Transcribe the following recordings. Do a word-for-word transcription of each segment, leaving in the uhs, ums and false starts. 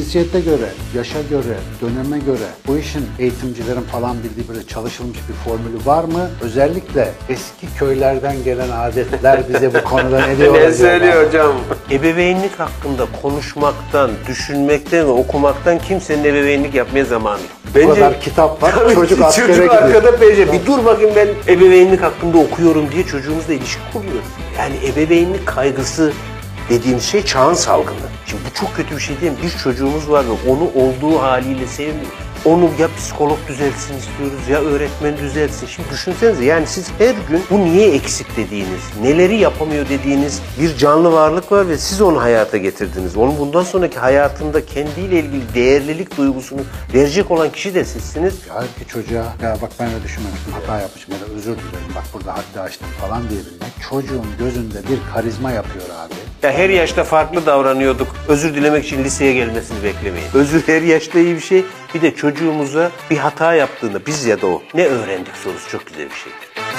Cinsiyete göre, yaşa göre, döneme göre bu işin eğitimcilerin falan bildiği böyle çalışılmış bir formülü var mı? Özellikle eski köylerden gelen adetler bize bu konuda ne diyorlar? Ne söylüyor hocam? Ebeveynlik hakkında konuşmaktan, düşünmekten ve okumaktan kimsenin ebeveynlik yapmaya zamanı yok. Bu Bence, kadar kitap var, tabii, çocuk askere çocuk gidiyor. arkada peşe. Bir dur bakayım ben ebeveynlik hakkında okuyorum diye çocuğumuzla ilişki kuruyoruz. Yani ebeveynlik kaygısı dediğimiz şey çağın salgını. Şimdi bu çok kötü bir şey değil mi? Bir çocuğumuz var ve onu olduğu haliyle sevmiyoruz. Onu ya psikolog düzeltsin istiyoruz ya öğretmen düzeltsin. Şimdi düşünsenize yani siz her gün bu niye eksik dediğiniz, neleri yapamıyor dediğiniz bir canlı varlık var ve siz onu hayata getirdiniz. Onun bundan sonraki hayatında kendiyle ilgili değerlilik duygusunu verecek olan kişi de sizsiniz. Ya ki çocuğa ya bak ben öyle düşünmemiştim, hata yapmışım ya da özür dilerim bak burada haddi aştım falan diyebilmek çocuğun gözünde bir karizma yapıyor abi. Ya her yaşta farklı davranıyorduk. Özür dilemek için liseye gelmesini beklemeyin. Özür her yaşta iyi bir şey. Bir de çocuğumuza bir hata yaptığında biz ya da o ne öğrendik sorusu çok güzel bir şey.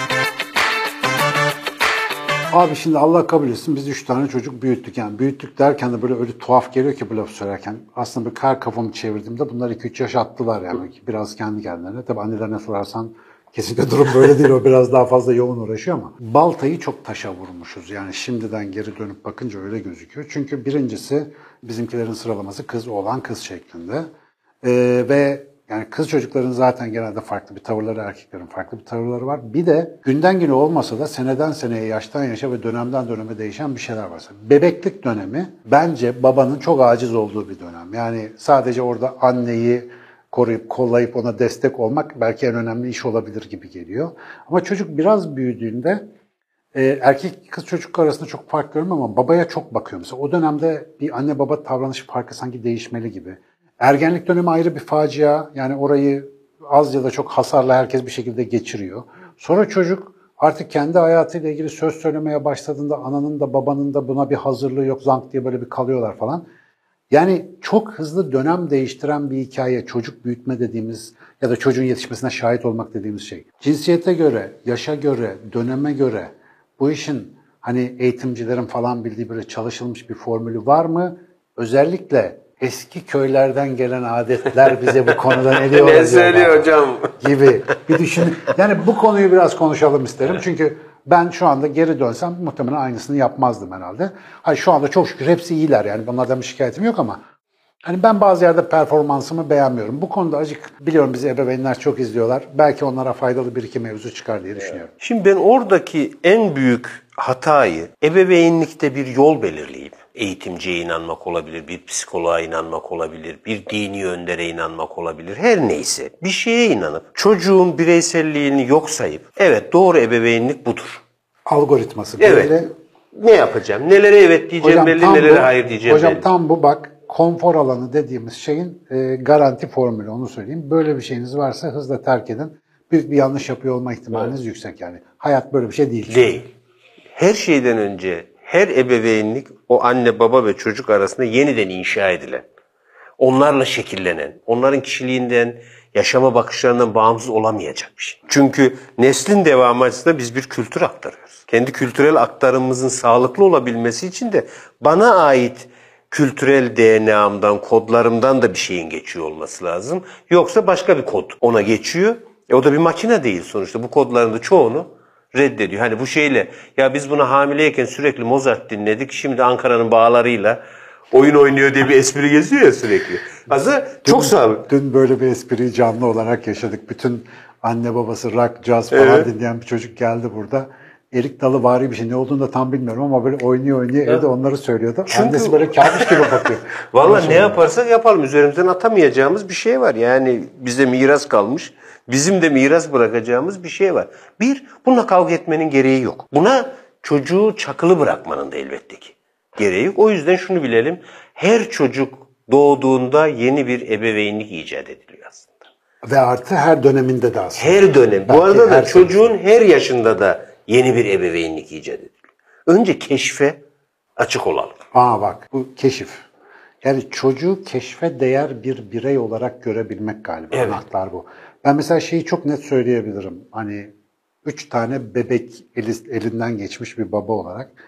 Abi şimdi Allah kabul etsin biz üç tane çocuk büyüttük. Yani büyüttük derken de böyle öyle tuhaf geliyor ki bu lafı söylerken. Aslında bir kar kafamı çevirdiğimde bunlar iki üç yaş attılar yani. Biraz kendi kendilerine. Tabii annelerine sorarsan kesinlikle durum böyle değil. O biraz daha fazla yoğun uğraşıyor ama. Baltayı çok taşa vurmuşuz. Yani şimdiden geri dönüp bakınca öyle gözüküyor. Çünkü birincisi bizimkilerin sıralaması kız oğlan kız şeklinde. Ee, ve yani kız çocukların zaten genelde farklı bir tavırları, erkeklerin farklı bir tavırları var. Bir de günden güne olmasa da seneden seneye, yaştan yaşa ve dönemden döneme değişen bir şeyler var. Bebeklik dönemi bence babanın çok aciz olduğu bir dönem. Yani sadece orada anneyi koruyup, kollayıp ona destek olmak belki en önemli iş olabilir gibi geliyor. Ama çocuk biraz büyüdüğünde e, erkek kız çocuk arasında çok fark görmüyorum ama babaya çok bakıyor. Mesela o dönemde bir anne baba davranış farkı sanki değişmeli gibi. Ergenlik dönemi ayrı bir facia. Yani orayı az ya da çok hasarla herkes bir şekilde geçiriyor. Sonra çocuk artık kendi hayatıyla ilgili söz söylemeye başladığında ananın da babanın da buna bir hazırlığı yok. Zank diye böyle bir kalıyorlar falan. Yani çok hızlı dönem değiştiren bir hikaye. Çocuk büyütme dediğimiz ya da çocuğun yetişmesine şahit olmak dediğimiz şey. Cinsiyete göre, yaşa göre, döneme göre bu işin hani eğitimcilerin falan bildiği böyle çalışılmış bir formülü var mı? Özellikle eski köylerden gelen adetler bize bu konuda ne diyorlar? Ne söylüyor hocam? Gibi bir düşün. Yani bu konuyu biraz konuşalım isterim. Evet. Çünkü ben şu anda geri dönsem muhtemelen aynısını yapmazdım herhalde. Hayır şu anda çok şükür hepsi iyiler yani bunlardan bir şikayetim yok ama hani ben bazı yerde performansımı beğenmiyorum. Bu konuda acık biliyorum bizi ebeveynler çok izliyorlar. Belki onlara faydalı bir iki mevzu çıkar diye düşünüyorum. Şimdi ben oradaki en büyük hatayı ebeveynlikte bir yol belirleyip eğitimciye inanmak olabilir, bir psikoloğa inanmak olabilir, bir dini öndere inanmak olabilir, her neyse. Bir şeye inanıp çocuğun bireyselliğini yok sayıp evet doğru ebeveynlik budur. Algoritması evet. böyle. Ne yapacağım? Nelere evet diyeceğim hocam, belli, nelere bu, hayır diyeceğim hocam, belli. Hocam tam bu bak. Konfor alanı dediğimiz şeyin e, garanti formülü onu söyleyeyim. Böyle bir şeyiniz varsa hızla terk edin. Büyük bir yanlış yapıyor olma ihtimaliniz evet. yüksek yani. Hayat böyle bir şey değil. Değil. Her şeyden önce her ebeveynlik o anne baba ve çocuk arasında yeniden inşa edilen, onlarla şekillenen, onların kişiliğinden, yaşama bakışlarından bağımsız olamayacak bir şey. Çünkü neslin devamı açısından biz bir kültür aktarıyoruz. Kendi kültürel aktarımımızın sağlıklı olabilmesi için de bana ait kültürel D N A'mdan, kodlarımdan da bir şeyin geçiyor olması lazım. Yoksa başka bir kod ona geçiyor. E o da bir makine değil sonuçta. Bu kodların da çoğunu reddediyor. Hani bu şeyle ya biz buna hamileyken sürekli Mozart dinledik. Şimdi Ankara'nın bağlarıyla oyun oynuyor diye bir espri geziyor ya sürekli. Aslında çok sağlıklı. Dün böyle bir espriyi canlı olarak yaşadık. Bütün anne babası rock, jazz falan evet. dinleyen bir çocuk geldi burada. Erik dalı vari bir şey. Ne olduğunu da tam bilmiyorum ama böyle oynuyor oynuyor evde onları söylüyordu. Çünkü... Annesi böyle kabus gibi bakıyor. Vallahi ne yaparsak yapalım üzerimizden atamayacağımız bir şey var. Yani bize miras kalmış. Bizim de miras bırakacağımız bir şey var. Bir, bununla kavga etmenin gereği yok. Buna çocuğu çakılı bırakmanın da elbette ki gereği yok. O yüzden şunu bilelim. Her çocuk doğduğunda yeni bir ebeveynlik icat ediliyor aslında. Ve artı her döneminde de aslında. Her dönem. Belki bu arada da çocuğun sene. her yaşında da yeni bir ebeveynlik icat ediliyor. Önce keşfe açık olalım. Aa bak bu keşif. Yani çocuğu keşfe değer bir birey olarak görebilmek galiba. Evet. Anahtar bu. Ben mesela şeyi çok net söyleyebilirim. Hani üç tane bebek eli, elinden geçmiş bir baba olarak.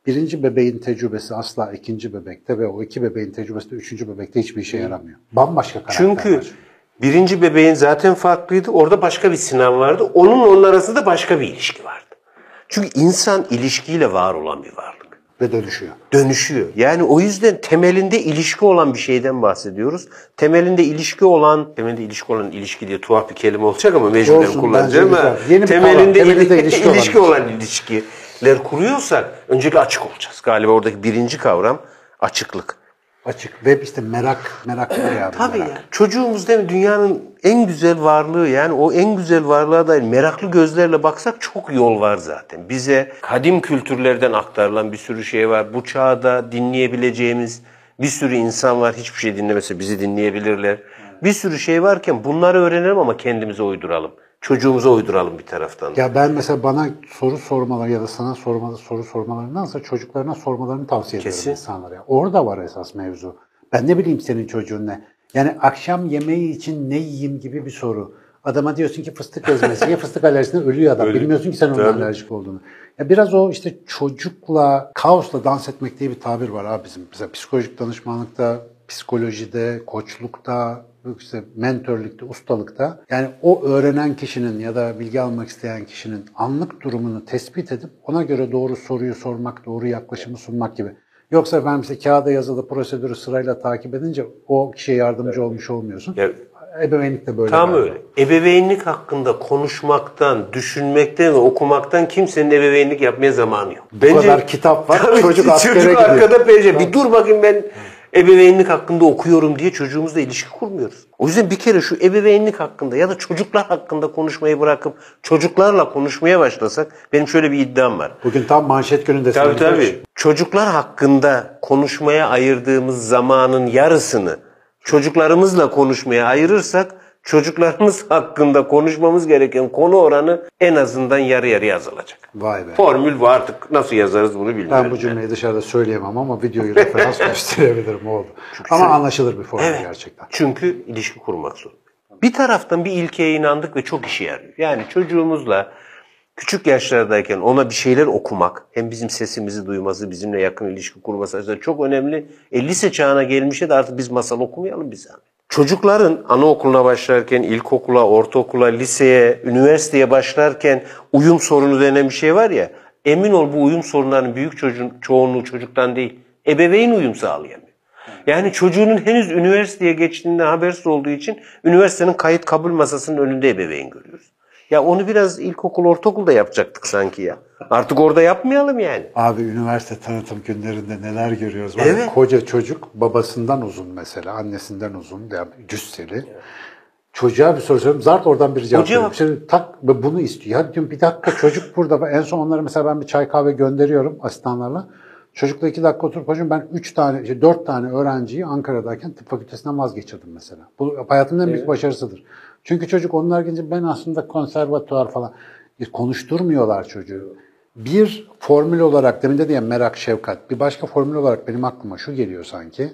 birinci bebeğin tecrübesi asla ikinci bebekte ve o iki bebeğin tecrübesi de üçüncü bebekte hiçbir işe yaramıyor. Bambaşka karakter Çünkü var. birinci bebeğin zaten farklıydı. Orada başka bir Sinan vardı. Onun onun arasında başka bir ilişki vardı. Çünkü insan ilişkiyle var olan bir varlık. Ve dönüşüyor. Dönüşüyor. Yani o yüzden temelinde ilişki olan bir şeyden bahsediyoruz. Temelinde ilişki olan, temelinde ilişki olan ilişki diye tuhaf bir kelime olacak ama mecburen Olsun, kullanacağım. bence Ama güzel. Yeni bir temelinde, kavram, temelinde ilişki, ilişki olan ilişki olan ilişkiler kuruyorsak öncelikle açık olacağız. Galiba oradaki birinci kavram açıklık. Açık ve işte merak, merak var ya. Tabii merak. ya. Çocuğumuz değil mi? Dünyanın en güzel varlığı, yani o en güzel varlığa dair meraklı gözlerle baksak çok yol var zaten. Bize kadim kültürlerden aktarılan bir sürü şey var. Bu çağda dinleyebileceğimiz bir sürü insan var. Hiçbir şey dinlemese bizi dinleyebilirler. Bir sürü şey varken bunları öğrenelim ama kendimize uyduralım. Çocuğumuza uyduralım bir taraftan. Ya ben mesela bana soru sormaları ya da sana sormalı soru sormalarındansa çocuklarına sormalarını tavsiye ediyorum Kesin. insanlara. Orada var esas mevzu. Ben ne bileyim senin çocuğun ne? Yani akşam yemeği için ne yiyeyim gibi bir soru. Adama diyorsun ki fıstık ezmesi. Ya fıstık alerjisinden ölüyor adam. Öyle. Bilmiyorsun ki sen onun Tabii. alerjik olduğunu. Ya biraz o işte çocukla, kaosla dans etmek diye bir tabir var abi bizim. Mesela psikolojik danışmanlıkta, psikolojide, koçlukta, işte mentörlükte, ustalıkta. Yani o öğrenen kişinin ya da bilgi almak isteyen kişinin anlık durumunu tespit edip ona göre doğru soruyu sormak, doğru yaklaşımı sunmak gibi. Yoksa efendim işte kağıda yazılı prosedürü sırayla takip edince o kişiye yardımcı olmuş olmuyorsun. Ya, Ebeveynlik de böyle. tam galiba. öyle. Ebeveynlik hakkında konuşmaktan, düşünmekten ve okumaktan kimsenin ebeveynlik yapmaya zamanı yok. Bu kadar kitap var, Tabii, çocuk askere çocuk gidiyor. arkada peşe. Bir dur bakayım ben ebeveynlik hakkında okuyorum diye çocuğumuzla ilişki kurmuyoruz. O yüzden bir kere şu ebeveynlik hakkında ya da çocuklar hakkında konuşmayı bırakıp çocuklarla konuşmaya başlasak, benim şöyle bir iddiam var. Bugün tam manşet günündesin. Tabii tabii. Çocuklar hakkında konuşmaya ayırdığımız zamanın yarısını çocuklarımızla konuşmaya ayırırsak, çocuklarımız hakkında konuşmamız gereken konu oranı en azından yarı yarıya azalacak. Vay be. Formül bu, artık nasıl yazarız bunu bilmiyorum. Ben bu cümleyi dışarıda söyleyemem ama videoyu referans gösterebilirim, oldu. Ama şöyle- anlaşılır bir formül Evet. gerçekten. Çünkü ilişki kurmak zor. Bir taraftan bir ilkeye inandık ve çok işe yarıyor. Yani çocuğumuzla küçük yaşlardayken ona bir şeyler okumak, hem bizim sesimizi duyması, bizimle yakın ilişki kurması açısından çok önemli. E, lise çağına gelmişe de artık biz masal okumayalım bir zahmet. Çocukların anaokuluna başlarken, ilkokula, ortaokula, liseye, üniversiteye başlarken uyum sorunu denen bir şey var ya, emin ol bu uyum sorunlarının büyük çocuğun çoğunluğu çocuktan değil, ebeveyn uyum sağlayamıyor. Yani çocuğunun henüz üniversiteye geçtiğinden habersiz olduğu için üniversitenin kayıt kabul masasının önünde ebeveyn görüyoruz. Ya onu biraz ilkokul, ortaokulda yapacaktık sanki ya. Artık orada yapmayalım yani. Abi üniversite tanıtım günlerinde neler görüyoruz. Var Evet. ya, koca çocuk babasından uzun mesela, annesinden uzun, yani cüsseli. Evet. Çocuğa bir soru soruyorum. Zart oradan bir cevap cevap. veriyor. Şimdi tak ve bunu istiyor. Ya diyorum bir dakika, çocuk burada. En son onları mesela ben bir çay kahve gönderiyorum asistanlarla. Çocukla iki dakika oturup hocam ben üç tane, işte dört tane öğrenciyi Ankara'dayken tıp fakültesinden vazgeçirdim mesela. Bu hayatımın en büyük evet. başarısıdır. Çünkü çocuk onlar gelince ben aslında konservatuvar falan konuşturmuyorlar çocuğu. Bir formül olarak, demin de diyen merak, şefkat, bir başka formül olarak benim aklıma şu geliyor sanki.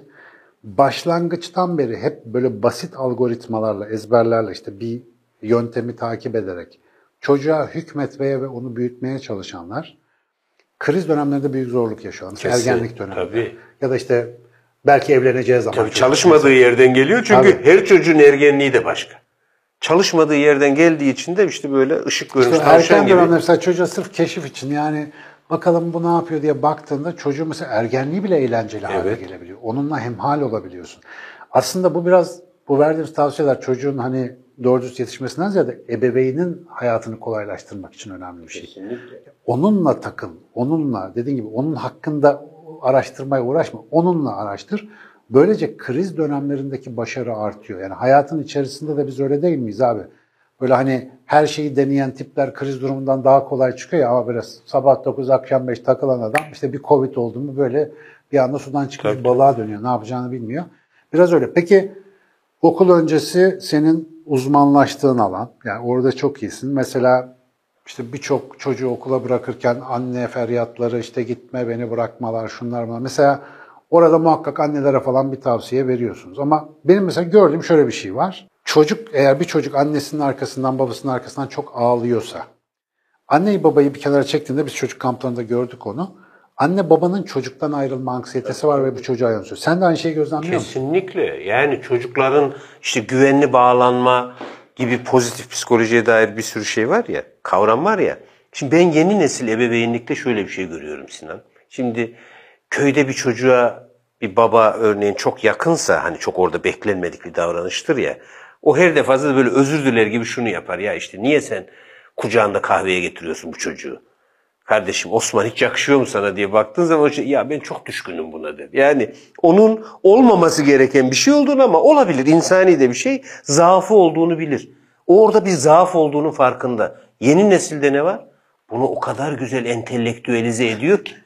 Başlangıçtan beri hep böyle basit algoritmalarla, ezberlerle, işte bir yöntemi takip ederek çocuğa hükmetmeye ve onu büyütmeye çalışanlar kriz dönemlerinde büyük zorluk yaşıyorlar. Kesin, ergenlik döneminde. Tabii. Ya da işte belki evleneceği zaman. Tabii çalışmadığı mesela. Yerden geliyor çünkü tabii. Her çocuğun ergenliği de başka. Çalışmadığı yerden geldiği için de işte böyle ışık görmüş işte tavşan erken gibi. Erken mesela çocuğa sırf keşif için, yani bakalım bu ne yapıyor diye baktığında çocuğun mesela ergenliği bile eğlenceli evet. hale gelebiliyor. Onunla hemhal olabiliyorsun. Aslında bu biraz, bu verdiğimiz tavsiyeler çocuğun hani doğru düz yetişmesinden ziyade ebeveynin hayatını kolaylaştırmak için önemli bir şey. Kesinlikle. Onunla takıl, onunla dediğin gibi onun hakkında araştırmaya uğraşma, onunla araştır. Böylece kriz dönemlerindeki başarı artıyor. Yani hayatın içerisinde de biz öyle değil miyiz abi? Böyle hani her şeyi deneyen tipler kriz durumundan daha kolay çıkıyor ya, ama böyle sabah dokuz akşam beş takılan adam işte bir Covid oldu mu böyle bir anda sudan çıkmış Tabii. balığa dönüyor. Ne yapacağını bilmiyor. Biraz öyle. Peki okul öncesi senin uzmanlaştığın alan. Yani orada çok iyisin. Mesela işte birçok çocuğu okula bırakırken anne feryatları, işte gitme beni bırakmalar, şunlar bunlar. Mesela orada muhakkak annelere falan bir tavsiye veriyorsunuz. Ama benim mesela gördüğüm şöyle bir şey var. Çocuk, eğer bir çocuk annesinin arkasından, babasının arkasından çok ağlıyorsa, anneyi babayı bir kenara çektiğinde, biz çocuk kamplarında gördük onu, anne babanın çocuktan ayrılma anksiyetesi var ve bu çocuğa yansıyor. Sen de aynı şeyi gözlemliyor musun? Kesinlikle. Yani çocukların işte güvenli bağlanma gibi pozitif psikolojiye dair bir sürü şey var ya, kavram var ya. Şimdi ben yeni nesil ebeveynlikte şöyle bir şey görüyorum Sinan. Şimdi köyde bir çocuğa bir baba örneğin çok yakınsa, hani çok orada beklenmedik bir davranıştır ya. O her defasında böyle özür diler gibi şunu yapar. Ya işte niye sen kucağında kahveye getiriyorsun bu çocuğu? Kardeşim Osman hiç yakışıyor mu sana diye baktığın zaman şey, ya ben çok düşkünüm buna der. Yani onun olmaması gereken bir şey olduğunu, ama olabilir, insani de bir şey, zaafı olduğunu bilir. O orada bir zaaf olduğunun farkında. Yeni nesilde ne var? Bunu o kadar güzel entelektüelize ediyor ki.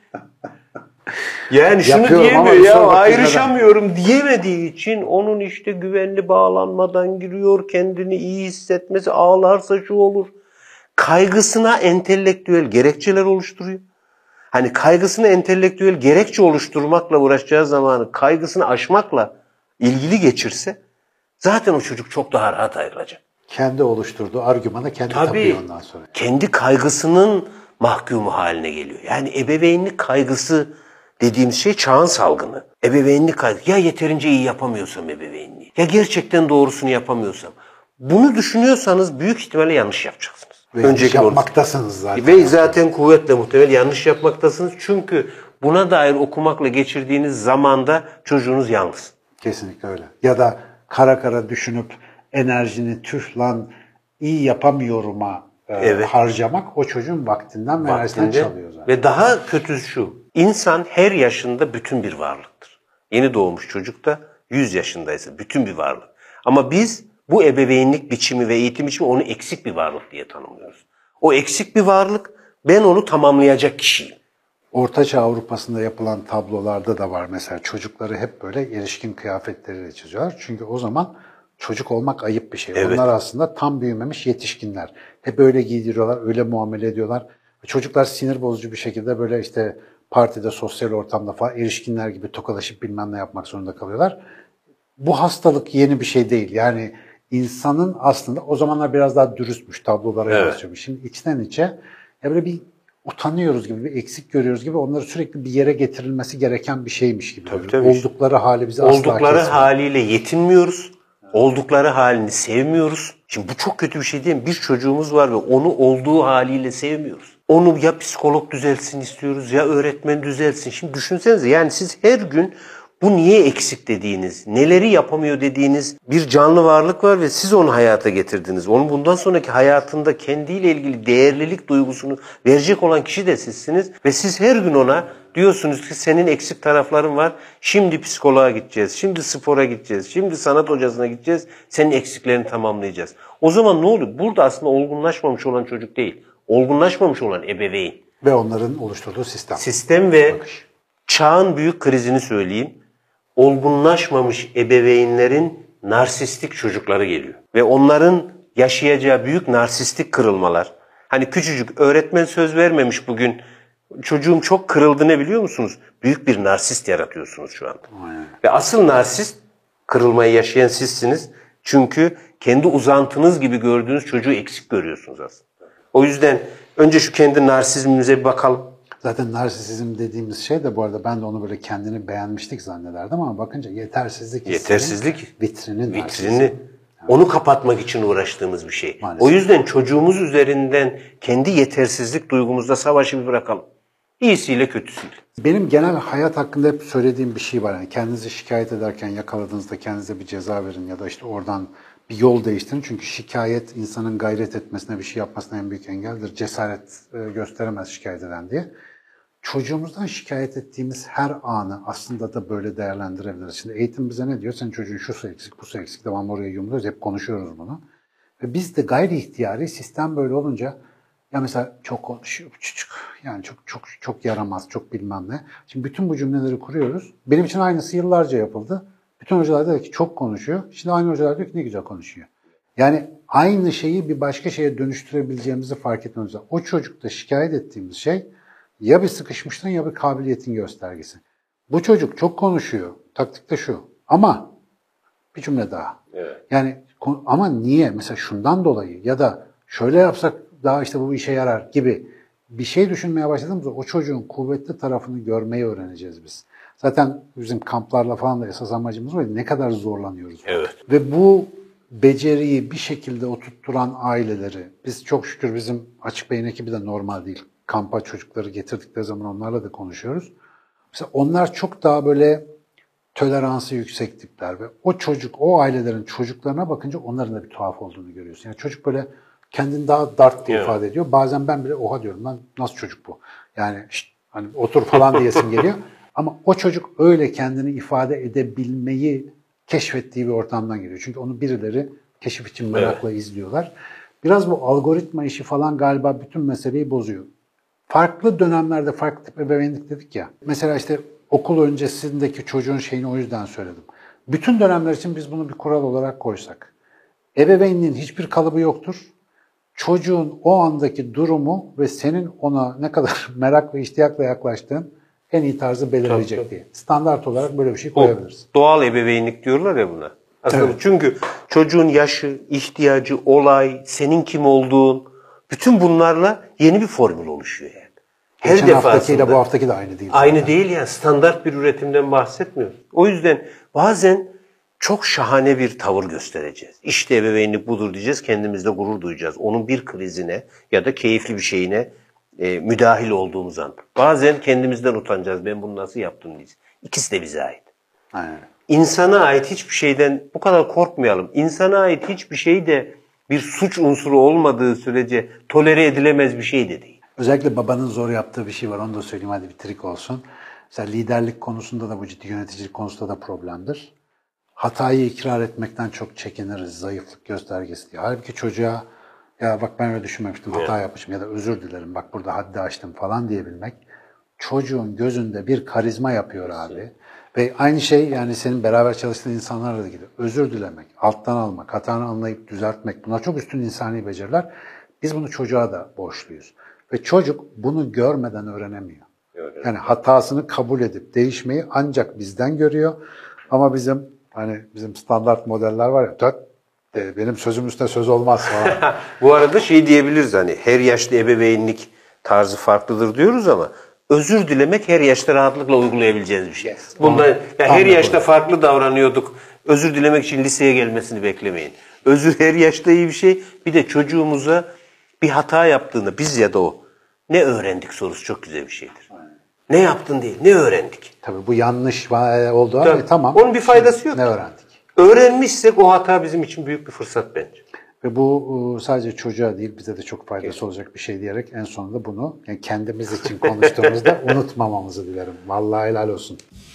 Yani şunu Yapıyorum diyemiyor ya, ama ayrışamıyorum diyemediği için onun işte güvenli bağlanmadan giriyor, kendini iyi hissetmesi, ağlarsa şu olur. Kaygısına entelektüel gerekçeler oluşturuyor. Hani kaygısına entelektüel gerekçe oluşturmakla uğraşacağı zamanı kaygısını aşmakla ilgili geçirse zaten o çocuk çok daha rahat ayrılacak. Kendi oluşturduğu argümana kendi tapıyor ondan sonra. Kendi kaygısının mahkumu haline geliyor. Yani ebeveynlik kaygısı dediğimiz şey çağın salgını. Ebeveynlik kaygısı. Ya yeterince iyi yapamıyorsam ebeveynliği, ya gerçekten doğrusunu yapamıyorsam. Bunu düşünüyorsanız büyük ihtimalle yanlış yapacaksınız. Ve yanlış yapmaktasınız zaten. Ve zaten kuvvetle muhtemel yanlış yapmaktasınız. Çünkü buna dair okumakla geçirdiğiniz zamanda çocuğunuz yalnız. Kesinlikle öyle. Ya da kara kara düşünüp enerjini tüh lan iyi yapamıyorum'a e, Evet. harcamak o çocuğun vaktinden ve enerjisinden çalıyor zaten. Ve daha kötüsü şu. İnsan her yaşında bütün bir varlıktır. Yeni doğmuş çocuk da yüz yaşındaysa bütün bir varlık. Ama biz bu ebeveynlik biçimi ve eğitim biçimi onu eksik bir varlık diye tanımlıyoruz. O eksik bir varlık, ben onu tamamlayacak kişiyim. Ortaçağ Avrupa'sında yapılan tablolarda da var mesela, çocukları hep böyle erişkin kıyafetleriyle çiziyorlar. Çünkü o zaman çocuk olmak ayıp bir şey. Evet. Onlar aslında tam büyümemiş yetişkinler. Hep öyle giydiriyorlar, öyle muamele ediyorlar. Çocuklar sinir bozucu bir şekilde böyle işte partide, sosyal ortamda falan erişkinler gibi tokalaşıp bilmem ne yapmak zorunda kalıyorlar. Bu hastalık yeni bir şey değil. Yani insanın aslında o zamanlar biraz daha dürüstmüş, tablolara Evet. yansıyormuş. Şimdi içten içe ya böyle bir utanıyoruz gibi, bir eksik görüyoruz gibi, onları sürekli bir yere getirilmesi gereken bir şeymiş gibi. Tabii, tabii. Oldukları hali bizi asla Oldukları kesmiyor. haliyle yetinmiyoruz. Oldukları halini sevmiyoruz. Şimdi bu çok kötü bir şey değil mi? Bir çocuğumuz var ve onu olduğu haliyle sevmiyoruz. Onu ya psikolog düzelsin istiyoruz, ya öğretmen düzelsin. Şimdi düşünsenize, yani siz her gün bu niye eksik dediğiniz, neleri yapamıyor dediğiniz bir canlı varlık var ve siz onu hayata getirdiniz. Onun bundan sonraki hayatında kendiyle ilgili değerlilik duygusunu verecek olan kişi de sizsiniz. Ve siz her gün ona diyorsunuz ki senin eksik tarafların var. Şimdi psikoloğa gideceğiz, şimdi spora gideceğiz, şimdi sanat hocasına gideceğiz. Senin eksiklerini tamamlayacağız. O zaman ne oluyor? Burada aslında olgunlaşmamış olan çocuk değil, olgunlaşmamış olan ebeveyn. Ve onların oluşturduğu sistem. Sistem ve Bakış. çağın büyük krizini söyleyeyim. Olgunlaşmamış ebeveynlerin narsistik çocukları geliyor. Ve onların yaşayacağı büyük narsistik kırılmalar. Hani küçücük öğretmen söz vermemiş bugün. Çocuğum çok kırıldı, ne biliyor musunuz? Büyük bir narsist yaratıyorsunuz şu anda. Aynen. Ve asıl narsist kırılmayı yaşayan sizsiniz. Çünkü kendi uzantınız gibi gördüğünüz çocuğu eksik görüyorsunuz aslında. O yüzden önce şu kendi narsizmimize bir bakalım. Zaten narsisizm dediğimiz şey de bu arada, ben de onu böyle kendini beğenmişlik zannederdim ama bakınca yetersizlik Yetersizlik, vitrinin vitrini, onu kapatmak için uğraştığımız bir şey. Maalesef. O yüzden çocuğumuz üzerinden kendi yetersizlik duygumuzda savaşı bir bırakalım. İyisiyle kötüsüyle. Benim genel hayat hakkında hep söylediğim bir şey var. Yani kendinizi şikayet ederken yakaladığınızda kendinize bir ceza verin ya da işte oradan bir yol değiştirin. Çünkü şikayet insanın gayret etmesine, bir şey yapmasına en büyük engeldir. Cesaret gösteremez şikayet eden diye. Çocuğumuzdan şikayet ettiğimiz her anı aslında da böyle değerlendirebiliriz. Şimdi eğitim bize ne diyor? Senin çocuğun şu eksik, bu eksik, devamlı oraya yumuluyoruz. Hep konuşuyoruz bunu. Ve biz de gayri ihtiyari sistem böyle olunca, ya mesela çok konuşuyor bu çocuk, yani çok çok çok yaramaz, çok bilmem ne. Şimdi bütün bu cümleleri kuruyoruz. Benim için aynısı yıllarca yapıldı. Bütün hocalar dedi ki çok konuşuyor. Şimdi aynı hocalar diyor ki ne güzel konuşuyor. Yani aynı şeyi bir başka şeye dönüştürebileceğimizi fark etmemiz lazım. O çocukta şikayet ettiğimiz şey ya bir sıkışmışlığın ya bir kabiliyetin göstergesi. Bu çocuk çok konuşuyor. Taktik de şu. Ama bir cümle daha. Evet. Yani ama niye? Mesela şundan dolayı ya da şöyle yapsak daha işte bu işe yarar gibi bir şey düşünmeye başladığımızda o çocuğun kuvvetli tarafını görmeyi öğreneceğiz biz. Zaten bizim kamplarla falan da esas amacımız oydu. Ne kadar zorlanıyoruz. Evet. Ve bu beceriyi bir şekilde oturtturan aileleri, biz çok şükür bizim Açık Beyin ekibi de normal değil. Kampa çocukları getirdikleri zaman onlarla da konuşuyoruz. Mesela onlar çok daha böyle toleransı yüksek tipler ve o çocuk, o ailelerin çocuklarına bakınca onların da bir tuhaf olduğunu görüyorsun. Yani çocuk böyle kendini daha dark diye Evet. ifade ediyor. Bazen ben bile oha diyorum, lan nasıl çocuk bu? Yani şşt, hani otur falan diyesim geliyor. Ama o çocuk öyle kendini ifade edebilmeyi keşfettiği bir ortamdan geliyor. Çünkü onu birileri keşif için merakla evet. izliyorlar. Biraz bu algoritma işi falan galiba bütün meseleyi bozuyor. Farklı dönemlerde farklı tip ebeveynlik dedik ya. Mesela işte okul öncesindeki çocuğun şeyini o yüzden söyledim. Bütün dönemler için biz bunu bir kural olarak koysak. Ebeveynliğin hiçbir kalıbı yoktur. Çocuğun o andaki durumu ve senin ona ne kadar merak ve iştiyakla yaklaştığın en iyi tarzı belirleyecek tabii, tabii. diye. Standart olarak böyle bir şey koyabiliriz. O, doğal ebeveynlik diyorlar ya buna. Aslında evet. Çünkü çocuğun yaşı, ihtiyacı, olay, senin kim olduğun, bütün bunlarla yeni bir formül oluşuyor yani. Her Geçen haftakiyle bu haftaki de aynı değil. Aynı zaten. Değil yani. Standart bir üretimden bahsetmiyoruz. O yüzden bazen çok şahane bir tavır göstereceğiz. İşte ebeveynlik budur diyeceğiz, kendimizde gurur duyacağız. Onun bir krizine ya da keyifli bir şeyine e, müdahil olduğumuz an. Bazen kendimizden utanacağız. Ben bunu nasıl yaptım diyeceğiz. İkisi de bize ait. Aynen. İnsana ait hiçbir şeyden bu kadar korkmayalım. İnsana ait hiçbir şey de bir suç unsuru olmadığı sürece tolere edilemez bir şey de değil. Özellikle babanın zor yaptığı bir şey var. Onu da söyleyeyim, hadi bir trik olsun. Mesela liderlik konusunda da bu ciddi yöneticilik konusunda da problemdir. Hatayı ikrar etmekten çok çekiniriz. Zayıflık göstergesi diye. Halbuki çocuğa ya bak ben öyle düşünmemiştim, hata yapmışım ya da özür dilerim bak burada haddi aştım falan diyebilmek çocuğun gözünde bir karizma yapıyor abi. Ve aynı şey yani senin beraber çalıştığın insanlarla da gidiyor. Özür dilemek, alttan almak, hatanı anlayıp düzeltmek, bunlar çok üstün insani beceriler. Biz bunu çocuğa da borçluyuz. Ve çocuk bunu görmeden öğrenemiyor. Evet. Yani hatasını kabul edip değişmeyi ancak bizden görüyor. Ama bizim hani bizim standart modeller var ya, dört, benim sözüm üstüne söz olmaz falan. Bu arada şey diyebiliriz, hani her yaşta ebeveynlik tarzı farklıdır diyoruz ama özür dilemek her yaşta rahatlıkla uygulayabileceğiniz bir şey. Yes. Bunda ya her yaşta farklı davranıyorduk. Özür dilemek için liseye gelmesini beklemeyin. Özür her yaşta iyi bir şey. Bir de çocuğumuza bir hata yaptığında biz ya da o ne öğrendik sorusu çok güzel bir şeydir. Aynen. Ne yaptın değil, ne öğrendik? Tabii bu yanlış oldu ama e, tamam. Onun bir faydası yok. Ne öğrendik? Öğrenmişsek o hata bizim için büyük bir fırsat bence. Ve bu sadece çocuğa değil bize de çok faydası evet. olacak bir şey diyerek en sonunda bunu yani kendimiz için konuştuğumuzda unutmamamızı dilerim. Vallahi helal olsun.